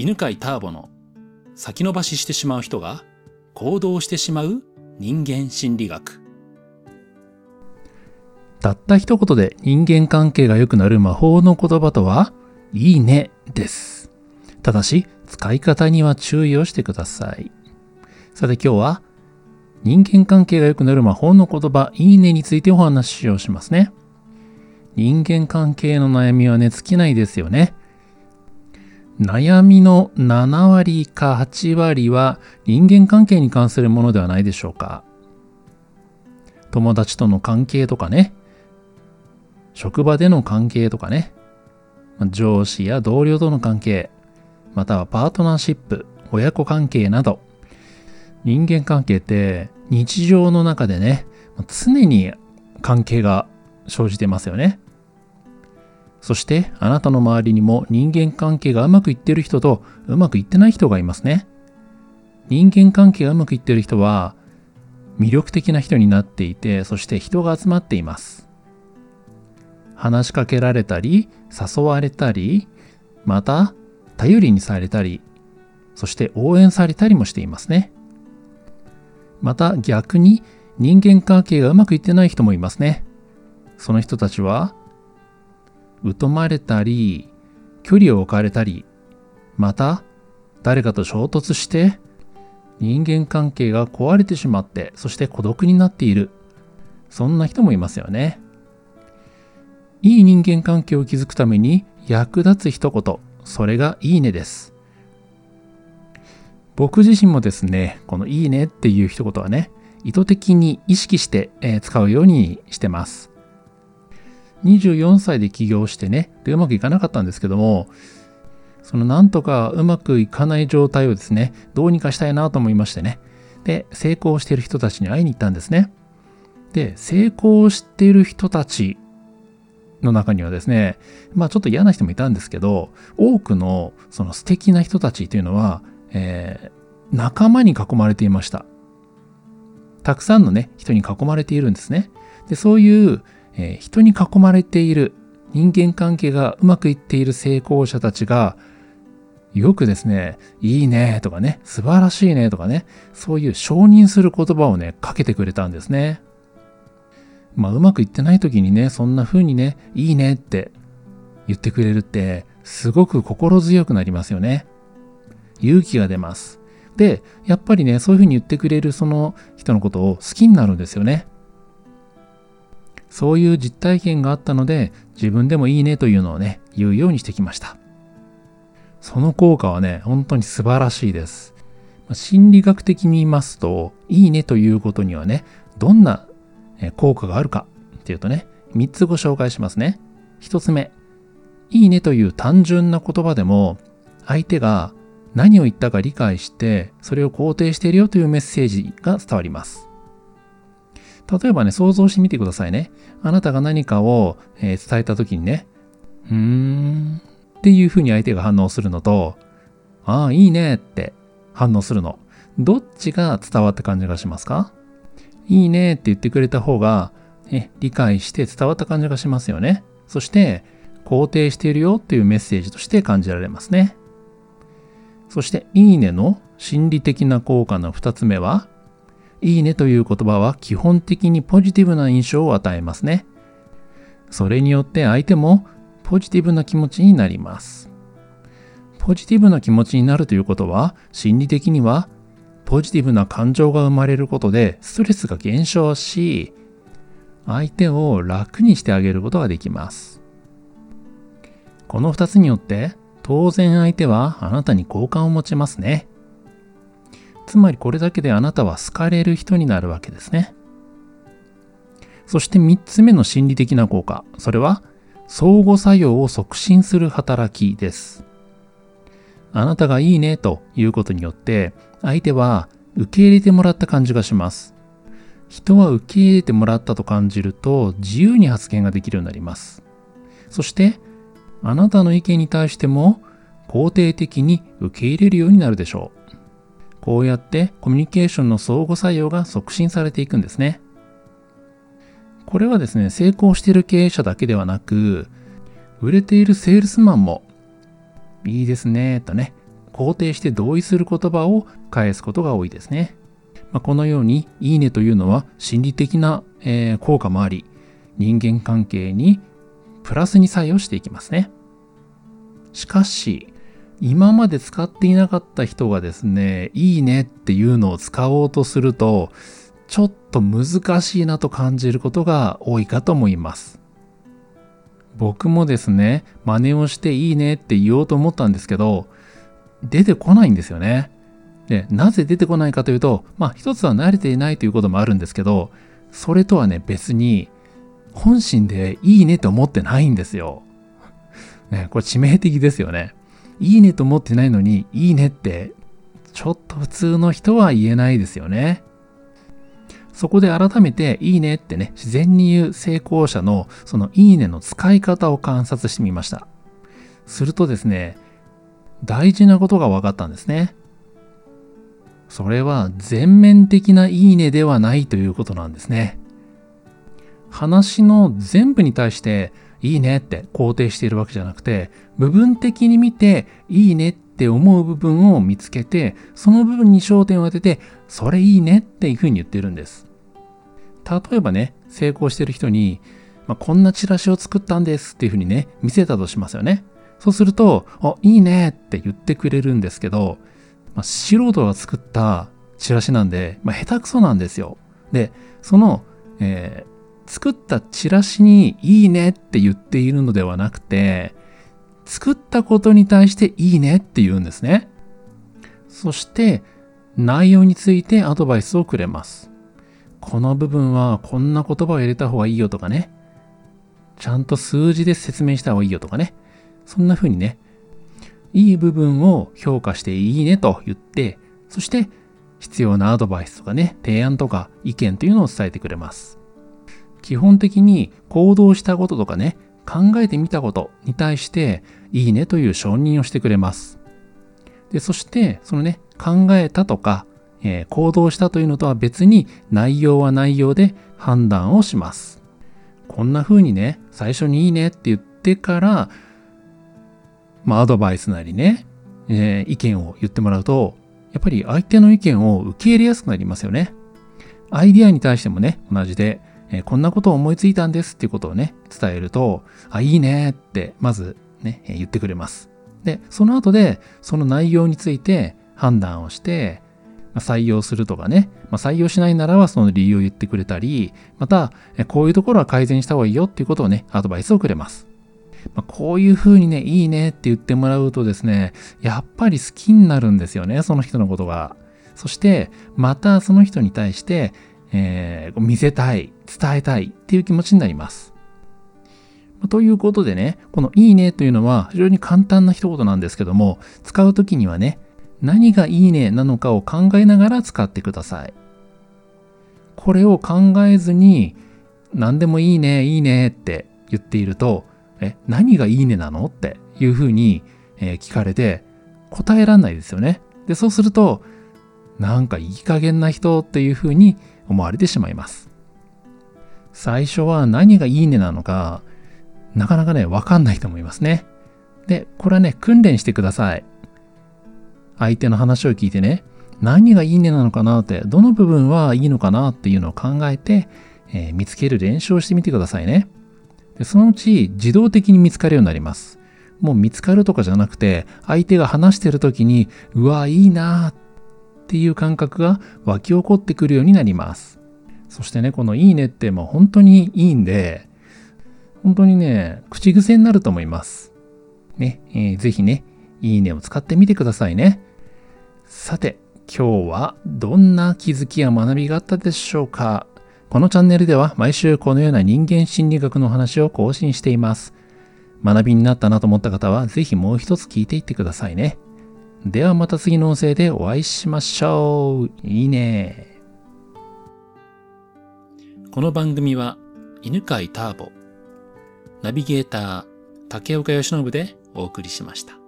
犬飼ターボの先延ばししてしまう人が行動してしまう人間心理学。 たった一言で人間関係が良くなる魔法の言葉とは、いいねです。ただし、使い方には注意をしてください。さて今日は、人間関係が良くなる魔法の言葉、いいねについてお話をしますね。人間関係の悩みはね、尽きないですよね。悩みの7割か8割は人間関係に関するものではないでしょうか。友達との関係とかね、職場での関係とかね、上司や同僚との関係、またはパートナーシップ、親子関係など、人間関係って日常の中でね、常に関係が生じてますよね。そしてあなたの周りにも人間関係がうまくいっている人とうまくいってない人がいますね。人間関係がうまくいっている人は魅力的な人になっていて、そして人が集まっています。話しかけられたり、誘われたり、また頼りにされたり、そして応援されたりもしていますね。また逆に人間関係がうまくいってない人もいますね。その人たちは疎まれたり、距離を置かれたり、また誰かと衝突して人間関係が壊れてしまって、そして孤独になっている。そんな人もいますよね。いい人間関係を築くために役立つ一言、それがいいねです。僕自身もですね、このいいねっていう一言はね、意図的に意識して使うようにしてます。24歳で起業してね、でうまくいかなかったんですけども、そのなんとかうまくいかない状態をですね、どうにかしたいなと思いましてね、で、成功している人たちに会いに行ったんですね。で、成功している人たちの中にはですね、ちょっと嫌な人もいたんですけど、多くのその素敵な人たちというのは、仲間に囲まれていました。たくさんのね、人に囲まれているんですね。で、そういう、人に囲まれている人間関係がうまくいっている成功者たちが、よくですね、いいねとかね、素晴らしいねとかね、そういう承認する言葉をね、かけてくれたんですね。うまくいってない時にね、そんな風にね、いいねって言ってくれるって、すごく心強くなりますよね。勇気が出ます。で、やっぱりね、そういう風に言ってくれるその人のことを好きになるんですよね。そういう実体験があったので、自分でもいいねというのをね、言うようにしてきました。その効果はね、本当に素晴らしいです。心理学的に言いますと、いいねということにはね、どんな効果があるかっていうとね、3つご紹介しますね。1つ目、いいねという単純な言葉でも、相手が何を言ったか理解して、それを肯定しているよというメッセージが伝わります。例えばね、想像してみてくださいね。あなたが何かを伝えたときにね、っていうふうに相手が反応するのと、ああ、いいねって反応するの。どっちが伝わった感じがしますか？いいねって言ってくれた方が、理解して伝わった感じがしますよね。そして、肯定しているよっていうメッセージとして感じられますね。そして、いいねの心理的な効果の2つ目は、いいねという言葉は基本的にポジティブな印象を与えますね。それによって相手もポジティブな気持ちになります。ポジティブな気持ちになるということは、心理的にはポジティブな感情が生まれることでストレスが減少し、相手を楽にしてあげることができます。この2つによって当然相手はあなたに好感を持ちますね。つまりこれだけであなたは好かれる人になるわけですね。そして3つ目の心理的な効果、それは相互作用を促進する働きです。あなたがいいねということによって相手は受け入れてもらった感じがします。人は受け入れてもらったと感じると自由に発言ができるようになります。そしてあなたの意見に対しても肯定的に受け入れるようになるでしょう。こうやってコミュニケーションの相互作用が促進されていくんですね。これはですね、成功している経営者だけではなく、売れているセールスマンもいいですねとね、 肯定して同意する言葉を返すことが多いですね。このようにいいねというのは心理的な、効果もあり、人間関係にプラスに作用していきますね。しかし、今まで使っていなかった人がですね、いいねっていうのを使おうとすると、ちょっと難しいなと感じることが多いかと思います。僕もですね、真似をしていいねって言おうと思ったんですけど、出てこないんですよね。で、なぜ出てこないかというと、一つは慣れていないということもあるんですけど、それとはね、別に、本心でいいねと思ってないんですよ。ね、これ致命的ですよね。いいねと思ってないのに、いいねって、ちょっと普通の人は言えないですよね。そこで改めていいねってね、自然に言う成功者のそのいいねの使い方を観察してみました。するとですね、大事なことが分かったんですね。それは全面的ないいねではないということなんですね。話の全部に対していいねって肯定しているわけじゃなくて、部分的に見ていいねって思う部分を見つけて、その部分に焦点を当てて、それいいねっていうふうに言ってるんです。例えばね、成功してる人に、こんなチラシを作ったんですっていうふうにね、見せたとしますよね。そうすると、いいねって言ってくれるんですけど、素人が作ったチラシなんで、下手くそなんですよ。で、その、作ったチラシにいいねって言っているのではなくて、作ったことに対していいねって言うんですね。そして内容についてアドバイスをくれます。この部分はこんな言葉を入れた方がいいよとかね。ちゃんと数字で説明した方がいいよとかね。そんな風にね、いい部分を評価していいねと言って、そして必要なアドバイスとかね、提案とか意見というのを伝えてくれます。基本的に行動したこととかね、考えてみたことに対していいねという承認をしてくれます。で、そしてそのね、考えたとか、行動したというのとは別に内容は内容で判断をします。こんな風にね、最初にいいねって言ってから、アドバイスなりね、意見を言ってもらうと、やっぱり相手の意見を受け入れやすくなりますよね。アイディアに対してもね、同じで、こんなことを思いついたんですっていうことをね、伝えると、いいねってまずね、言ってくれます。で、その後で、その内容について判断をして、採用するとかね、採用しないならばその理由を言ってくれたり、また、こういうところは改善した方がいいよっていうことをね、アドバイスをくれます。こういう風にね、いいねって言ってもらうとですね、やっぱり好きになるんですよね、その人のことが。そして、またその人に対して、見せたい、伝えたいっていう気持ちになります。ということでね、このいいねというのは非常に簡単な一言なんですけども、使うときにはね、何がいいねなのかを考えながら使ってください。これを考えずに、何でもいいね、いいねって言っていると、何がいいねなのっていうふうに、聞かれて答えらんないですよね。で、そうすると、なんかいい加減な人っていうふうに思われてしまいます。最初は何がいいねなのか、なかなかね、わかんないと思いますね。で、これはね、訓練してください。相手の話を聞いてね、何がいいねなのかなって、どの部分はいいのかなっていうのを考えて、見つける練習をしてみてくださいね。で、そのうち自動的に見つかるようになります。もう見つかるとかじゃなくて、相手が話してる時に、うわ、いいなっていう感覚が湧き起こってくるようになります。そしてね、このいいねってもう本当にいいんで、本当にね、口癖になると思います。ね、ぜひね、いいねを使ってみてくださいね。さて、今日はどんな気づきや学びがあったでしょうか。このチャンネルでは毎週このような人間心理学の話を更新しています。学びになったなと思った方はぜひもう一つ聞いていってくださいね。ではまた次の音声でお会いしましょう。いいね。 この番組は犬飼ターボ、ナビゲーター竹岡由伸でお送りしました。